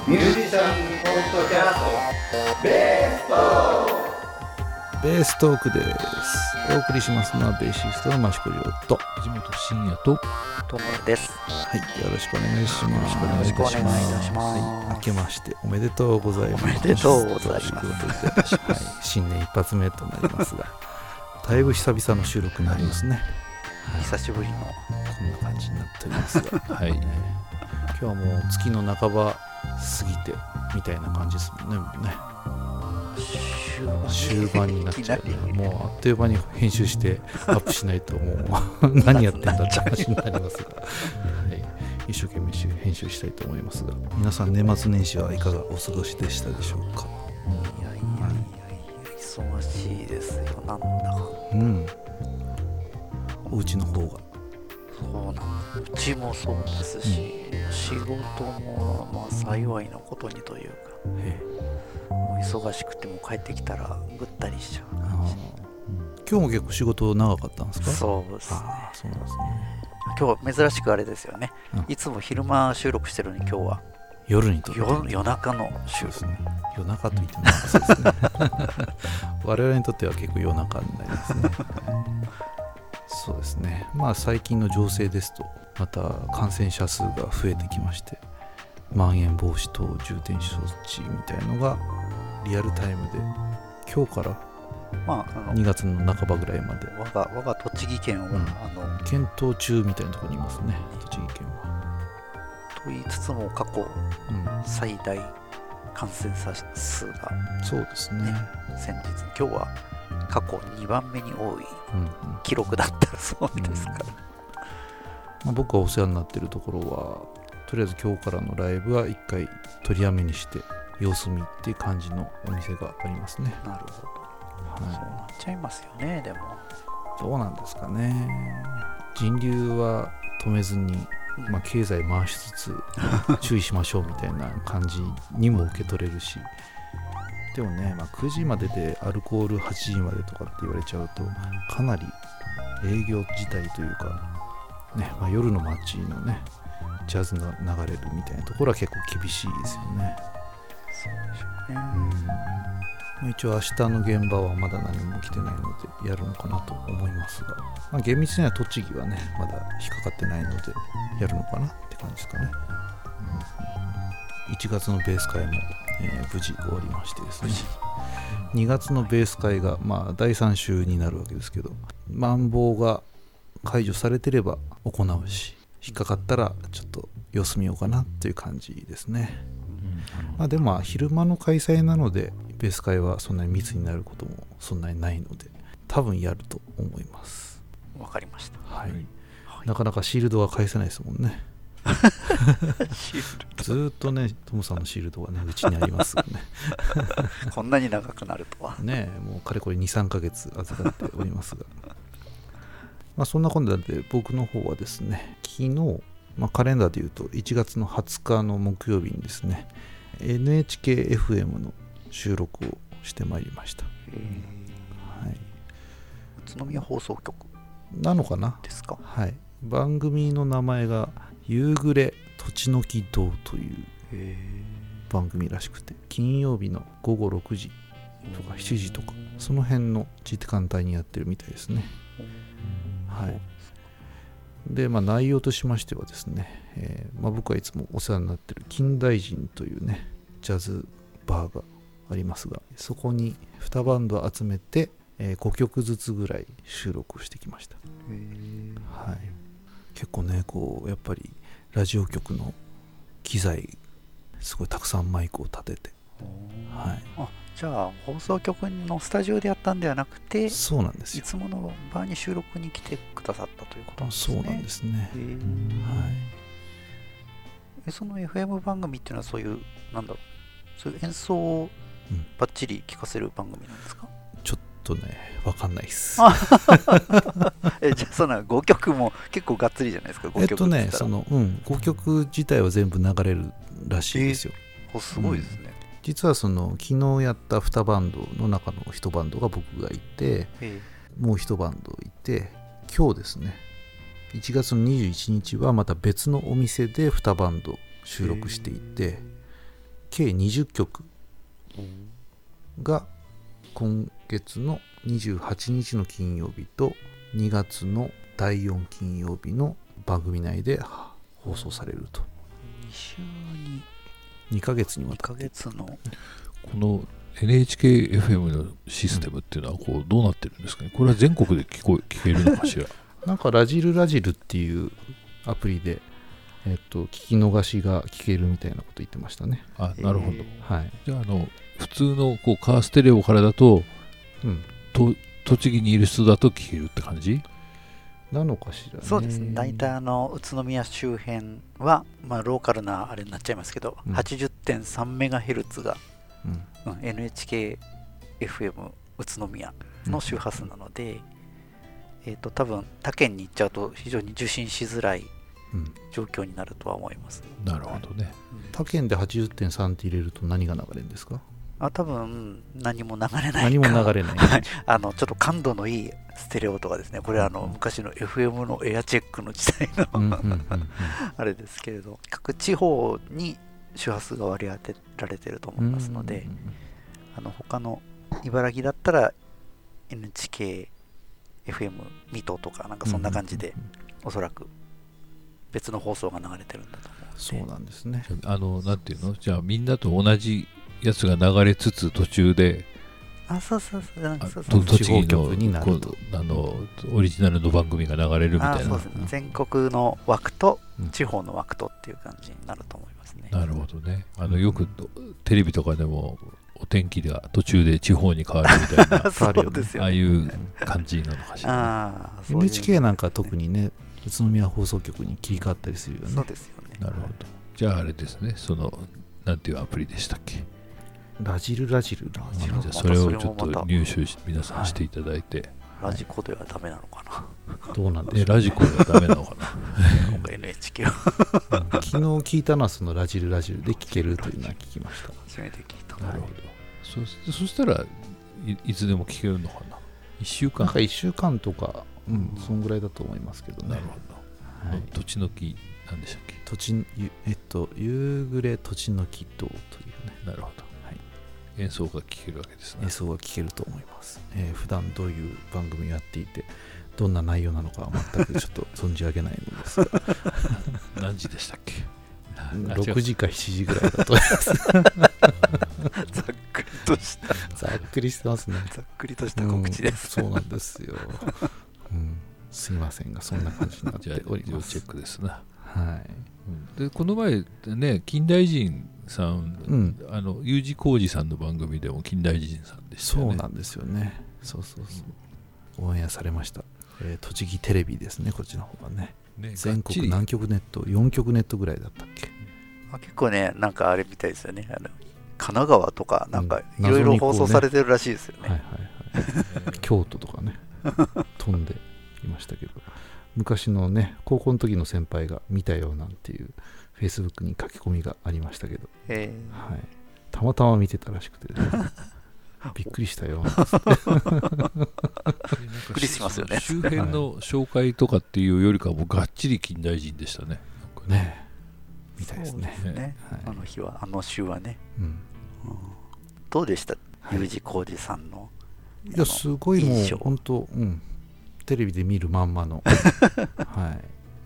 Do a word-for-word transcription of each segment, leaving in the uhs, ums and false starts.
ミュージシャンポッドキャストベーストークベーストークです。お送りしますのはベーシストの益子亮と藤本慎也とトムです。 はい、よろしくお願いします。 よろしくお願いいたします。 はい、明けましておめでとうございます。 おめでとうございます。 はい、新年一発目となりますがだいぶ久々の収録になりますね。 はい、久しぶりのこんな感じになっておりますが、はい、今日はもう月の半ば過ぎてみたいな感じですもんね。もうね終盤になっちゃう。もうあっという間に編集してアップしないともう何やってんだって話になりますが、はい、一生懸命編集したいと思いますが、皆さん年末年始はいかがお過ごしでしたでしょうか。 いやいやいや、忙しいですよ。なんだかうんお家の方がそうなんだ。うちもそうですし、うん、仕事もまあ幸いのことにというか、ええ、もう忙しくても帰ってきたらぐったりしちゃう感じ。 うん、今日も結構仕事長かったんですか。 そうですね。 あ、そうなんですね。 今日珍しくあれですよね、うん、いつも昼間収録してるのに今日は夜にとる夜, 夜中の収録、 ね、夜中といってもそうですね我々にとっては結構夜中になりますねそうですね。まあ最近の情勢ですとまた感染者数が増えてきまして、まん延防止等重点措置みたいのがリアルタイムで今日から、まあ、あのにがつの半ばぐらいまで我が我が栃木県は、うん、あの検討中みたいなところにいますね、栃木県は。 と言いつつも過去、うん、最大感染者数が、 ね、そうですね。 先日今日は過去にばんめに多い記録だったそうですから、うんうん、 まあ、僕がお世話になっているところはとりあえず今日からのライブは一回取りやめにして様子見っていう感じのお店がありますね。 なるほど、はい、そうなっちゃいますよね。でもどうなんですかね。人流は止めずに、まあ、経済回しつつ注意しましょうみたいな感じにも受け取れるしでもね、まあ、くじまででアルコールはちじまでとかって言われちゃうとかなり営業自体というか、ね、まあ、夜の街のねジャズが流れるみたいなところは結構厳しいですよね。 そうでしょうね。 うん、一応明日の現場はまだ何も来てないのでやるのかなと思いますが、まあ、厳密には栃木はねまだ引っかかってないのでやるのかなって感じですかね。うん、いちがつのベース会も、えー、無事終わりましてですね、にがつのベース会が、まあ、だいさん週になるわけですけど、マンボウが解除されてれば行うし、引っかかったらちょっと様子見ようかなっていう感じですね。うん、まあ、でも昼間の開催なのでベース会はそんなに密になることもそんなにないので多分やると思います。 わかりました。 はい、はい、なかなかシールドは返せないですもんねずーっとねトムさんのシールドがねうちにありますよねこんなに長くなるとはね。もうかれこれ にさんかげつ預かっておりますがまあそんなことで僕の方はですね、昨日、まあ、カレンダーでいうといちがつのはつかの木曜日にですね エヌエイチケーエフエム の収録をしてまいりました。はい、 宇都宮放送局なのかなですか。 はい、番組の名前が夕暮れ栃の木堂という番組らしくて、金曜日のごごろくじとかしちじとかその辺の時間帯にやってるみたいですね。はい、で、まあ、内容としましてはですね、えーまあ、僕はいつもお世話になっている金大臣というねジャズバーがありますが、そこににバンド集めて、えー、ごきょくずつぐらい収録をしてきました。はい、結構ねこうやっぱりラジオ局の機材すごいたくさんマイクを立てて、はい、 あ、じゃあ放送局のスタジオでやったんではなくて、 そうなんですよ、 いつものバーに収録に来てくださったということなんですね。 そうなんですね。はい、 えその エフエム 番組っていうのはそういうなんだろう、そういう演奏をバッチリ聴かせる番組なんですか。 うん、ちょっとね分かんないっすえじゃあそのごきょくも結構がっつりじゃないですか。ごきょくえっとねその、うん、ごきょく自体は全部流れるらしいですよ。 えー、すごいですね。うん、 実はその昨日やったにバンドの中のいちバンドが僕がいて、えー、もういちバンドいて、今日ですねいちがつのにじゅういちにちはまた別のお店でにバンド収録していて、 計にじゅっきょくが今月のにじゅうはちにちの金曜日とにがつのだいよん金曜日の番組内で放送されると。 に週ににかげつにわにかたってげつのこの エヌエイチケーエフエム のシステムっていうのはこうどうなってるんですかね。これは全国で聞こえ聞けるのかしら。 なんかラジルラジルっていうアプリで、えっと、聞き逃しが聞けるみたいなこと言ってましたね。 あ、なるほど。 はい。 じゃあ、あの普通のこうカーステレオからだと、 うん。 と栃木にいる人だと聞けるって感じなのかしらね。 そうですね。大体あの宇都宮周辺は、まあ、ローカルなあれになっちゃいますけど、 うん、 はちじゅってんさんメガヘルツが、 うんうん、エヌエイチケーエフエム 宇都宮の周波数なので、うん、えーと多分他県に行っちゃうと非常に受信しづらい状況になるとは思います。 うん、なるほどね。 他県で はちじゅってんさん って入れると何が流れるんですか？ あ、多分何も流れないか。 何も流れない。 あのちょっと感度のいいステレオとかですね。これはあの、うん、昔の エフエム のエアチェックの時代のあれですけれど、各地方に周波数が割り当てられていると思いますので、あの他の茨城だったら エヌエイチケーエフエム 水戸とかなんかそんな感じで、おそらく別の放送が流れてるんだと思うので。 そうなんですね。 あのなんていうの、じゃあみんなと同じやつが流れつつ途中で、 あ、そうそうそう、なんかそうそう、 栃木のになるとあのオリジナルの番組が流れるみたいな。 あ、そうですね、全国の枠と地方の枠とっていう感じになると思いますね。 なるほどね。あのよくテレビとかでもお天気が途中で地方に変わるみたいなそうですよね、 ああいう感じなのかしら、ね。 あ、 エヌエイチケー なんか特にね、宇都宮放送局に切り替わったりするよね。 そうですよね。 なるほど。じゃああれですね、そのなんていうアプリでしたっけ？ ラジルラジル。 じゃあそれをちょっと入手し皆さんしていただいて、 はい、ラジコではダメなのかな。 どうなんでしょう、ね、 ラジコではダメなのかな。 エヌエイチケー昨日聞いたのはそのラジルラジルで聞けるというのは聞きました。 初めて聞いた。 なるほど。そ, そしたら い, いつでも聞けるのかな。いっしゅうかん。 なんかいっしゅうかんとか、うん、うん、そんぐらいだと思いますけどね。 なるほど。はい、土地の木なんでしたっけ？ 土地えっと夕暮れ土地の木道というね。 なるほど。はい。演奏が聴けるわけですね。 演奏が聴けると思います。えー、普段どういう番組をやっていて、どんな内容なのかは全くちょっと存じ上げないのですが。 何時でしたっけ？ ろくじかしちじぐらいだと思います。 ざっくりとしたざっくりしてますね。 ざっくりとした告知です。 うん、そうなんですよ。うん、すいませんがそんな感じになっております。 要チェックですな。 はい。 でこの前ね、金大臣さん、 うん、 あの ユージ 工事さんの番組でも金大臣さんでしたよね。 そうなんですよね。そうそうそう。オンエアされました。えー、栃木テレビですね、こっちの方がね。ね、全国何局ネット、よん局ネットぐらいだったっけ？ あ、結構ね、なんかあれみたいですよね。あの神奈川とかなんかいろいろ放送されてるらしいですよね。 はいはいはい。京都とかね、飛んでいましたけど、昔のね、高校の時の先輩が見たよなんていうフェイスブックに書き込みがありましたけど、 えーはい、たまたま見てたらしくて、ね、びっくりしたよ。びっくりしますよね。 周辺の紹介とかっていうよりかはもうがっちり金大臣でしたね。 なんかね、みたいですね。 そうですね、はい、あの日は、あの週はね。 うんうん、 どうでした、ユージ工事さんの。 いや、すごいもう本当、うん、テレビで見るまんまの、はい、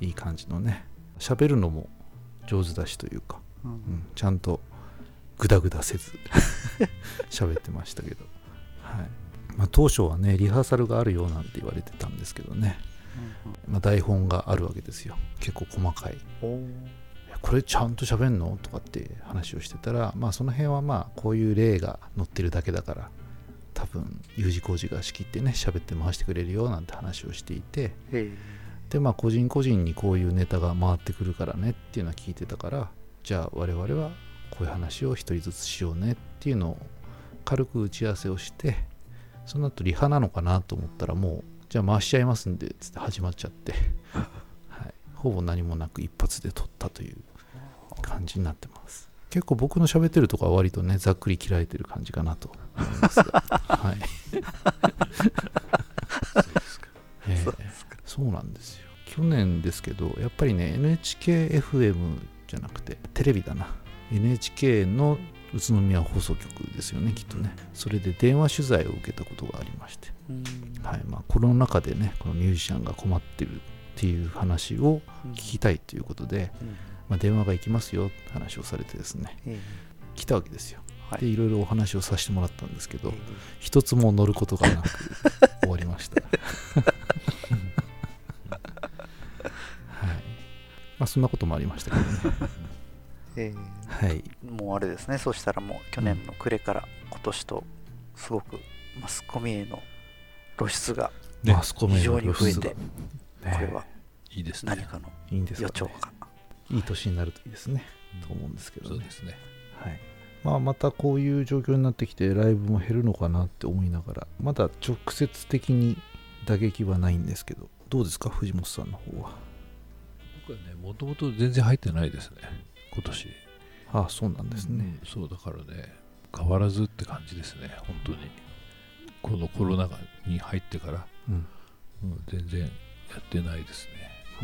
いい感じのね、喋るのも上手だしというか、うんうん、ちゃんとグダグダせず喋ってましたけど、はい、まあ、当初はね、リハーサルがあるよなんて言われてたんですけどね、うんうん、まあ、台本があるわけですよ。結構細かい。これちゃんと喋んのとかって話をしてたら、まあその辺はまあこういう例が載ってるだけだから多分 ユージ 工事が仕切ってね喋って回してくれるよなんて話をしていて、でまあ個人個人にこういうネタが回ってくるからねっていうのは聞いてたから、じゃあ我々はこういう話を一人ずつしようねっていうのを軽く打ち合わせをして、その後リハなのかなと思ったら、もうじゃあ回しちゃいますんでつって始まっちゃってはい、ほぼ何もなく一発で撮ったという感じになってます。結構僕の喋ってるとこは割とねざっくり切られてる感じかなと思いますがはいそうですか、えー、そうですか。そうなんですよ。去年ですけどやっぱりね エヌエイチケーエフエム じゃなくてテレビだな、 エヌエイチケー の宇都宮放送局ですよねきっとね。それで電話取材を受けたことがありまして、 うんはいまあ、コロナ禍でねこのミュージシャンが困ってるっていう話を聞きたいということで、 うんまあ、電話が行きますよって話をされてですね、 え来たわけですよ。 はいでいろいろお話をさせてもらったんですけど、 え一つも乗ることがなく終わりましたはい、まあそんなこともありましたけどねえはいもうあれですね。そうしたらもう去年の暮れから今年とすごくマスコミへの露出がねマスコミ非常にの露出が増えて、これはいいですね何かのいいんです予かね。 兆が。 いい年になるといいですね、と思うんですけどね。 そうですね。 はいまあ、またこういう状況になってきてライブも減るのかなって思いながら、まだ直接的に打撃はないんですけど、どうですか藤本さんの方は。 僕はね、もともと全然入ってないですね、今年。 ああそうなんですね、 うんそうだからね、変わらずって感じですね、本当に。このコロナ禍に入ってから、 うんうん、全然やってないですね。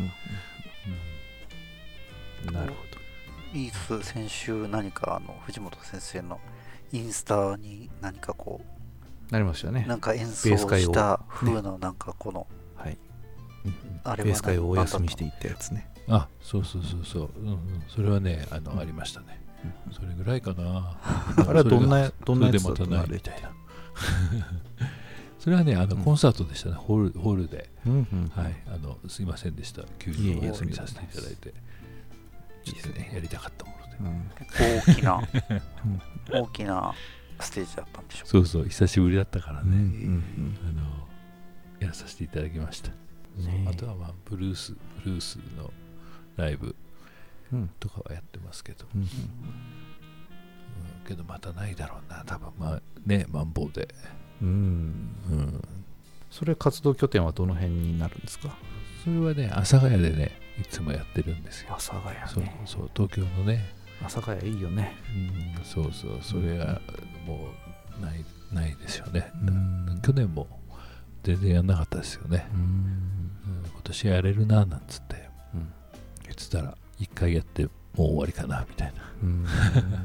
うん、なるほいいです先週何かあの藤本先生のインスタに何かこどなりましたね。 うなんか演奏ベース会をした風のなんかこのはい、 あれはベース会をお休み何していったやつね。 あ、そうそうそうそう、うんうん、それはね、あの、 うんありましたね。それぐらいかな。 あれはどんなどんなやつだそれでまたないったのあれみたいな。それはね、あのうんコンサートでしたね、ホールホールで。 うんうんはい、あのすいませんでした、急いえいえにお休みさせていただいて、 いいですねやりたかったもので。 うん結構大きな大きなステージだったんでしょう。 そうそう、久しぶりだったからね、 うんうんあのやらさせていただきました。 ねえあとは、まあ、ブルース、ブルースのライブうんとかはやってますけど、 うんうんけどまたないだろうな、多分まあね、マンボウで。 うんうん、 それ活動拠点はどの辺になるんですか。 それはね、阿佐ヶ谷でね、いつもやってるんですよ。 阿佐ヶそう谷ね。 そう、東京のね、 阿佐ヶ谷いいよね。 うん、そうそう、それがもうないないですよね。 うん去年も全然やんなかったですよね。 うんうん今年やれるななんつってうん言ってたら、一回やってもう終わりかなみたいな。 うん残念なが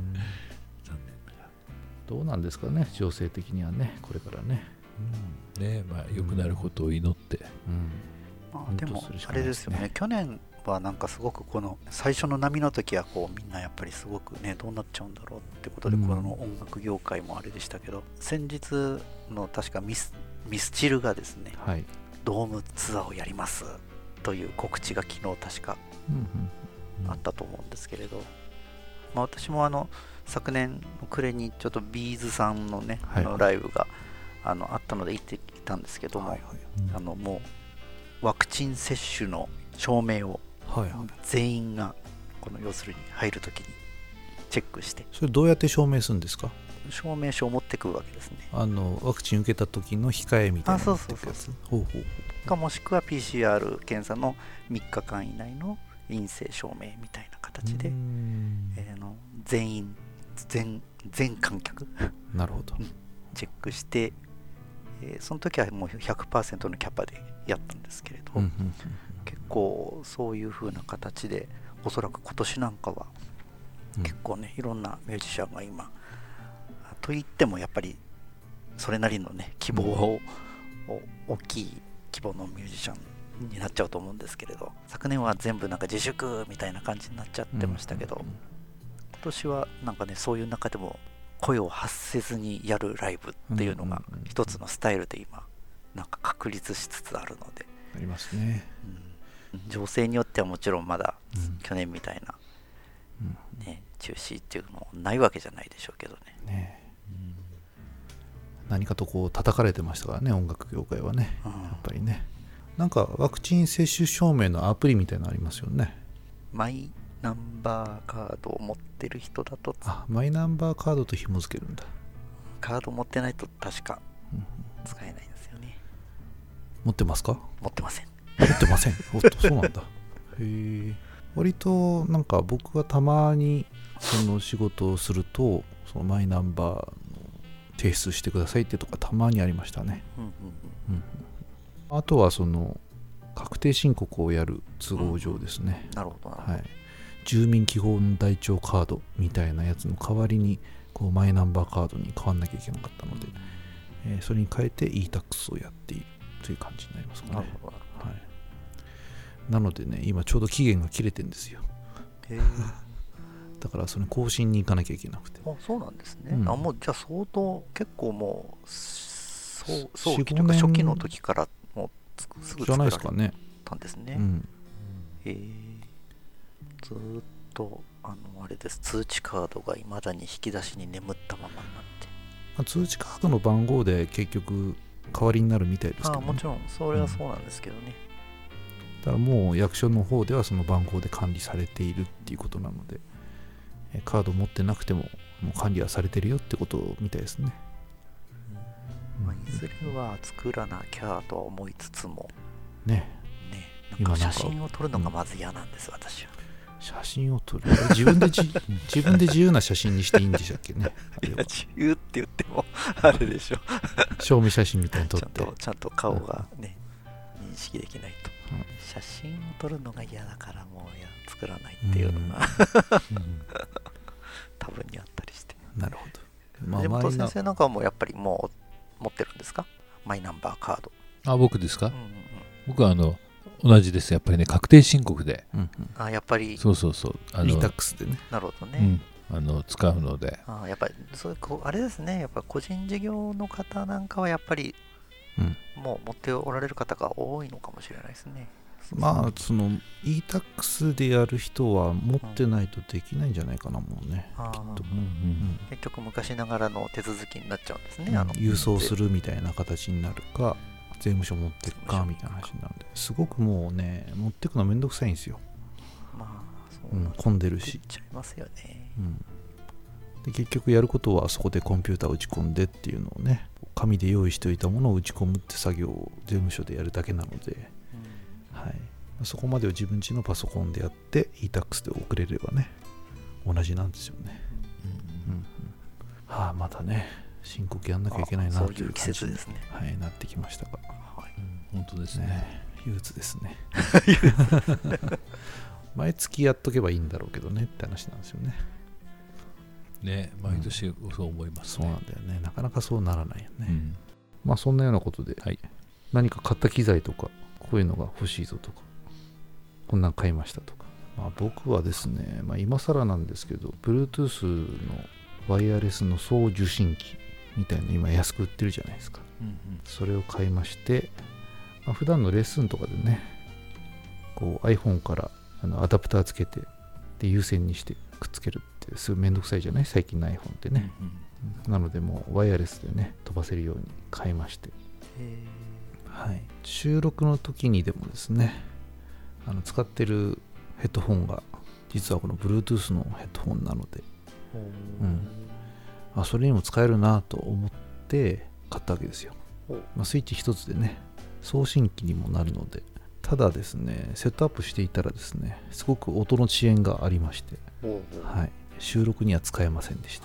どうなんですかね情勢的にはねこれからね。 ら。ねまあ良くなることを祈って。 うんまあ、でも本当するしかあないですねれですよね、去年はなんかすごくこの最初の波の時はこうみんなやっぱりすごくねどうなっちゃうんだろうってことで、 うんこの音楽業界もあれでしたけど、先日の確かミスミスチルがですねはい。 ドームツアーをやりますという告知が昨日確かうんあったと思うんですけれど、まあ、私もあの昨年の暮れにちょっとビーズさんのね、 はいあのライブがあのあったので行ってきたんですけども、 はいあのもうワクチン接種の証明をはいはい。 全員がこの要するに入るときにチェックしてそれどうやって証明するんですか。 証明書を持ってくるわけですね。 あのワクチン受けた時の控えみたいなのあそうそうそう持ってくやつほうほうほかもしくは ピーシーアール 検査のみっかかん以内の陰性証明みたいなう形で、 うんえーの全員全全観客なるほど。 チェックして、えーその時はもう ひゃくパーセント のキャパでやったんですけれど、 うんうん結構そういう風な形でおそらく今年なんかはうん結構ねいろんなミュージシャンが今といってもやっぱりそれなりのね希望を、大きい規模のミュージシャンになっちゃうと思うんですけれど、昨年は全部なんか自粛みたいな感じになっちゃってましたけど、 うんうん今年はなんかねそういう中でも声を発せずにやるライブっていうのがうんうんうん一つのスタイルで今なんか確立しつつあるので、 ありますね。 うん、情勢によってはもちろんまだうん去年みたいな、 うんね、中止っていうのもないわけじゃないでしょうけどね。 ね何かとこう叩かれてましたからね音楽業界はねうんやっぱりね。なんかワクチン接種証明のアプリみたいなのありますよね。 マイナンバーカードを持ってる人だとあマイナンバーカードと紐付けるんだ。 カード持ってないと確かうん使えないんですよね。 持ってますか。 持ってません。 持ってません。おっとそうなんだ。へえ。割となんか僕はたまにその仕事をするとそのマイナンバーの提出してくださいってとかたまにありましたね。 うんうんうんあとはその確定申告をやる都合上ですね。 うん、なるほどなるほど。 はい。 住民基本台帳カードみたいなやつの代わりにこうマイナンバーカードに変わんなきゃいけなかったので、えーそれに変えて イータックス をやっているという感じになりますかね。 なるほど。 はい、なのでね今ちょうど期限が切れてるんですよ。 へえ。 だからそれ更新に行かなきゃいけなくて。 あ、そうなんですね。 うんあ、もうじゃあ相当結構もうそう早期というよん、ごねんか初期の時からもうつくすぐじゃ作られないですかね。 たんですね。 うん。 へえ。ずーっとあのあれです、通知カードがいまだに引き出しに眠ったままになって。 まあ通知カードの番号で結局代わりになるみたいですけど、ね、 あもちろんそれはそうなんですけどね。 だからもう役所の方ではその番号で管理されているっていうことなので、えカード持ってなくてももう管理はされてるよってことみたいですね。 まあ、いずれは作らなきゃとは思いつつもね。 ね、 今なんかなんか写真を撮るのがまず嫌なんです、私は。 写真を撮る。自分でじ自分で自由な写真にしていいんでしたっけね。あれはいや自由って言ってもあれでしょ。 証明写真みたいに撮っちゃんて。 とちゃんと顔がね、認識できないと。 うん写真を撮るのが嫌だからもういや作らないっていうのが、多分にあったりして。 なるほど。まあ、 藤本マイナ先生なんかはもうやっぱりもう持ってるんですか、マイナンバーカード。 あ、僕ですか、 うんうんうん、 僕はあの同じです。やっぱりね、確定申告で、 うんうんあやっぱりそうそうそうあのイータックス でね。 なるほどね。 うん、あの使うので、 あやっぱりそういうこうあれですね、やっぱ個人事業の方なんかはやっぱりうん、 もう持っておられる方が多いのかもしれないですね。 まあその イータックス でやる人は持ってないとできないんじゃないかな、もうね。 あきっと、 うんうん結局昔ながらの手続きになっちゃうんですね。 うんあの郵送するみたいな形になるか税務署持ってくかみたいな話になるんで、すごくもうね持ってくのめんどくさいんですよ。 まあそううなんん、混んでるっし、 ちゃいますよね。 うん、で結局やることはそこでコンピューター打ち込んでっていうのをね、紙で用意しておいたものを打ち込むって作業を税務署でやるだけなので、はい、そこまでを自分家のパソコンでやって イータックス で送れればね同じなんですよね。うんうん、はあまたね申告やんなきゃいけないなというそういう季感じに、 節ですね。 はい、なってきましたが、 はいうん本当ですね。 ね、憂鬱ですね。毎月やっとけばいいんだろうけどねって話なんですよね。 ね、毎年そう思いますそうね。 なんだよね。なかなかそうならないよね。 うんまあそんなようなことで、 はい何か買った機材とかこういうのが欲しいぞとかこんなん買いましたとか、まあ、僕はですね、まあ、今更なんですけど Bluetooth のワイヤレスの総受信機みたいな今安く売ってるじゃないですか。 うんそれを買いまして、まあ、普段のレッスンとかでねこう iPhone からあのアダプターつけてで有線にしてくっつけるってすごいめんどくさいじゃない最近の iPhone ってうんね、なのでもうワイヤレスでね飛ばせるように買いまして、はい、収録の時にでもですねあの使ってるヘッドホンが実はこの Bluetooth のヘッドホンなので、うん、あそれにも使えるなと思って買ったわけですよ。まあ、スイッチ一つでね送信機にもなるので、ただですねセットアップしていたらですねすごく音の遅延がありまして、はい、収録には使えませんでした。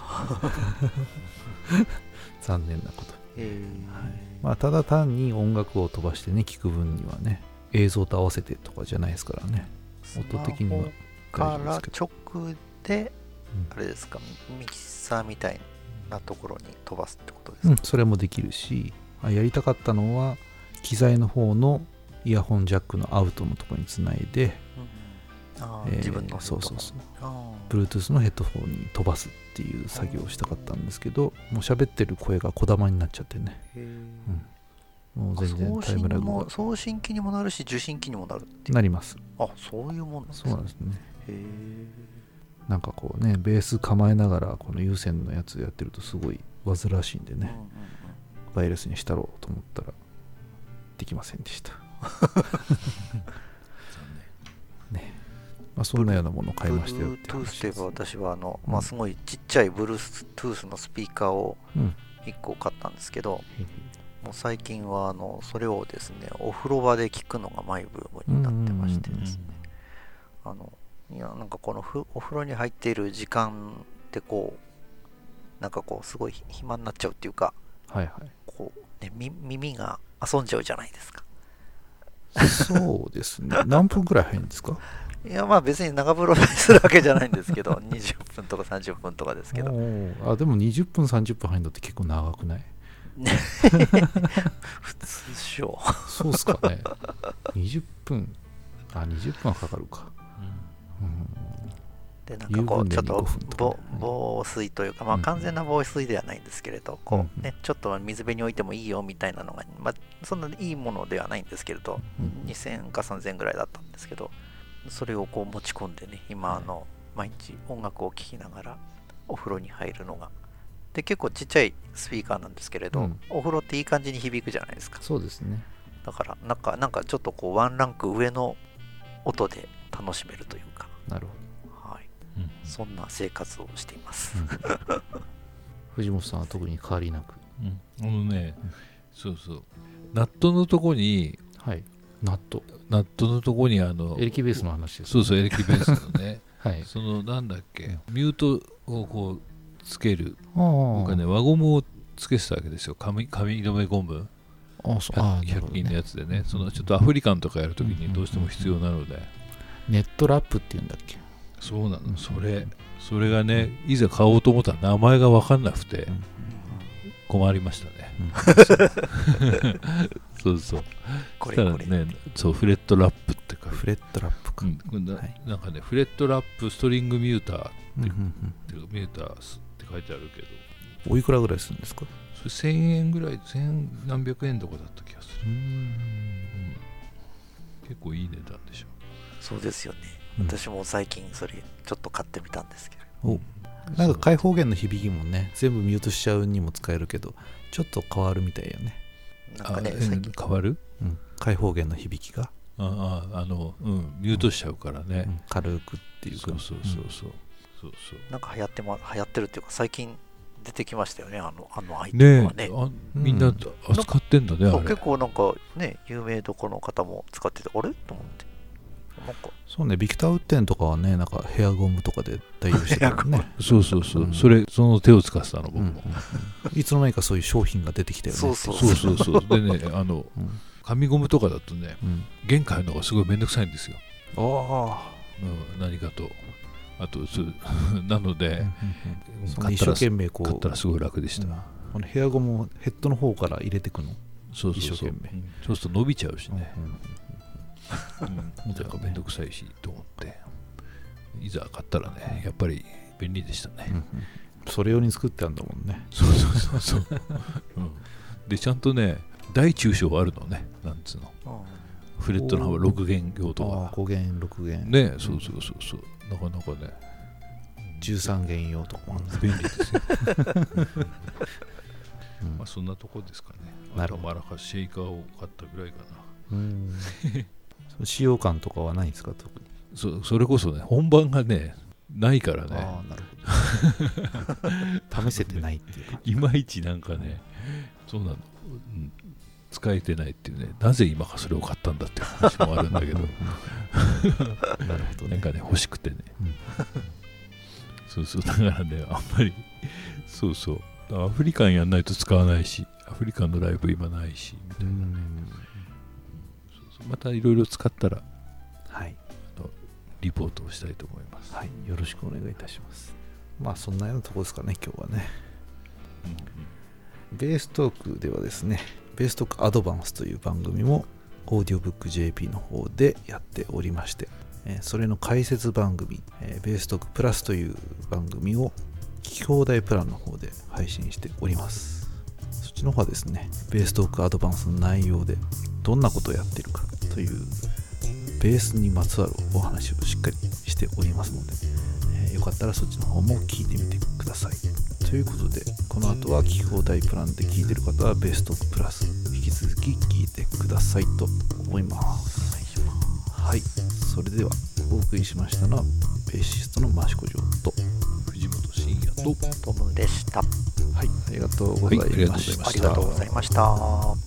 残念なこと、はいまあ、ただ単に音楽を飛ばしてね聞く分にはね映像と合わせてとかじゃないですからね、音的にはから大丈夫ですけど、 直でうんあれですか、ミキサーみたいなところに飛ばすってことですか。 うん、それもできるし、あやりたかったのは機材の方のイヤホンジャックのアウトのところにつないで、 うんあーえー自分のそうそうそうあ Bluetooth のヘッドホンに飛ばすっていう作業をしたかったんですけど、もう喋ってる声がこだまになっちゃってね、 ーへーもう全然送タイムラグが信も送信機にもなるし受信機にもなるっていう。 なります。 あ、そういうもんなんですね。 そうなんですね。 へーなんかこうねベース構えながらこの有線のやつやってるとすごい煩わしいんでね、 うんうんうんワイヤレスにしたろうと思ったらできませんでしたね。まあそんなようなものを買いましたよって話 Bluetooth といえば私はあの、 うんまあ、すごいちっちゃい Bluetooth のスピーカーをうんいっこ買ったんですけど、もう最近はあのそれをですねお風呂場で聞くのがマイブームになってましてですね、あのいやなんかこのふお風呂に入っている時間ってこうなんかこうすごい暇になっちゃうっていうか、 はいはいこう、ね、み耳が遊んじゃうじゃないですか。 そうですね。何分くらい入るんですか？ いやまあ別に長風呂にするわけじゃないんですけどにじゅっぷんとかさんじゅっぷんとかですけど。 あでもにじゅっぷんさんじゅっぷん入るのって結構長くない？ 普通っしょ。 そうっすかね。にじゅっぷんあにじゅっぷんはかかるか、うんうん、 でなんかこうちょっと防防水というか、まあ、完全な防水ではないんですけれど、こうね、ちょっと水辺に置いてもいいよみたいなのが、まあ、そんなにいいものではないんですけれど、にせんえんかさんぜんえんぐらいだったんですけど、それをこう持ち込んでね、今あの毎日音楽を聴きながらお風呂に入るのがで、結構ちっちゃいスピーカーなんですけれど、うん、お風呂っていい感じに響くじゃないですか。 そうですね。 だからなんかなんかちょっとこうワンランク上の音で楽しめるというか。 なるほど、はい、うん、そんな生活をしています、うん、 藤本さんは特に変わりなく、 うん、あのね、うん、そうそうナットのとこに、 はい、ナットナットのとこにあのエレキベースの話です、ね、 そうそうエレキベースのね、 はい、 そのなんだっけミュートをこうつける僕はね輪ゴムをつけてたわけですよ。紙紙留めゴムあそうあひゃく均のやつでね、そのちょっとアフリカンとかやるときにどうしても必要なので、 ネットラップっていうんだっけ。 そうなの、それそれがねいざ買おうと思ったら名前が分かんなくて困りましたね、うん、そうそうこれこれね、そうフレットラップってかフレットラップか、 うんな、はい、なんかねフレットラップストリングミューターって、うんうんうん、ミューターって書いてあるけど、 おいくらぐらいするんですか？ それせんえんぐらい、千何百円とかだった気がする。うん、うん、結構いい値段でしょ。 そうですよね、うん、私も最近それちょっと買ってみたんですけど、 おなんか開放弦の響きもね全部ミュートしちゃうにも使えるけどちょっと変わるみたいよね。 なんかね最近変わる、 うん、開放弦の響きがあああの、うん、ミュートしちゃうからね、うん、 軽くっていうか、 そうそうそうそう、うん、そうそうなんか流行ってま流行ってるっていうか最近出てきましたよね、あのあのアイテムはね。 ねあみんな扱ってんだね、うん、あれ結構なんかね有名どころの方も使っててあれと思って。なんかそうね、ビクターウッデンとかはねなんかヘアゴムとかで代用してたよね。 そうそうそう、うん、それその手を使ってたの僕も、うんうん、いつの間にかそういう商品が出てきたよね。 そうそうそうそうそうでねあの、うん、紙ゴムとかだとね、うん、弦買うのがすごいめんどくさいんですよ。 ああ、 うん、何かとあとなので、 うんうん、買ったら一生懸命こう買ったらすごい楽でした、うん、 このヘアゴムをヘッドの方から入れてくの。 そうそうそう、 一生懸命、 うん、そうすると伸びちゃうしね、うんうんうん、 なんかめんどくさいしと思っていざ買ったらねやっぱり便利でしたね、うんうん、 それ用に作ってあるんだもんね。 そうそうそうそう、うん、でちゃんとね大中小あるのね、なんつうのフレットの幅ろく弦用とかご弦ろく弦ね、そうそうそうそう、なかなかねじゅうさん弦用とかも便利ですよ、うん、まあそんなとこですかね。あとマラカスシェイカーを買ったぐらいかな。うん使用感とかはないんですか特に。 そ, それこそね本番がねないからね。 ああなるほど試せてないっていうかいまいちなんかねそうなの、うん、使えてないっていうね、なぜ今かそれを買ったんだっていう話もあるんだけどなるほど、ね、なんかね欲しくてね、うん、そうそうだからねあんまりそうそうアフリカンやんないと使わないし、アフリカンのライブ今ないしみたいなね、うんそうそうまたいろいろ使ったら、 はい、 リポートをしたいと思います。 はい、よろしくお願いいたします。まあそんなようなところですかね今日はね、うんうん、ベーストークではですねベーストークアドバンスという番組もオーディオブック ジェーピー の方でやっておりまして、えー、それの解説番組、えー、ベーストークプラスという番組を聞き放題プランの方で配信しております。そっちの方はですねベーストークアドバンスの内容でどんなことをやっているかというベースにまつわるお話をしっかりしておりますので、えー、よかったらそっちの方も聞いてみてください。ということでこの後は聞き放題プランで聞いている方はベーストークプラス引き続き聞いてくださいと思います。はい、それではお送りしましたのはベーシストの益子城と藤本慎也とトムでした。 はい、ありがとうございました。 はい、ありがとうございました。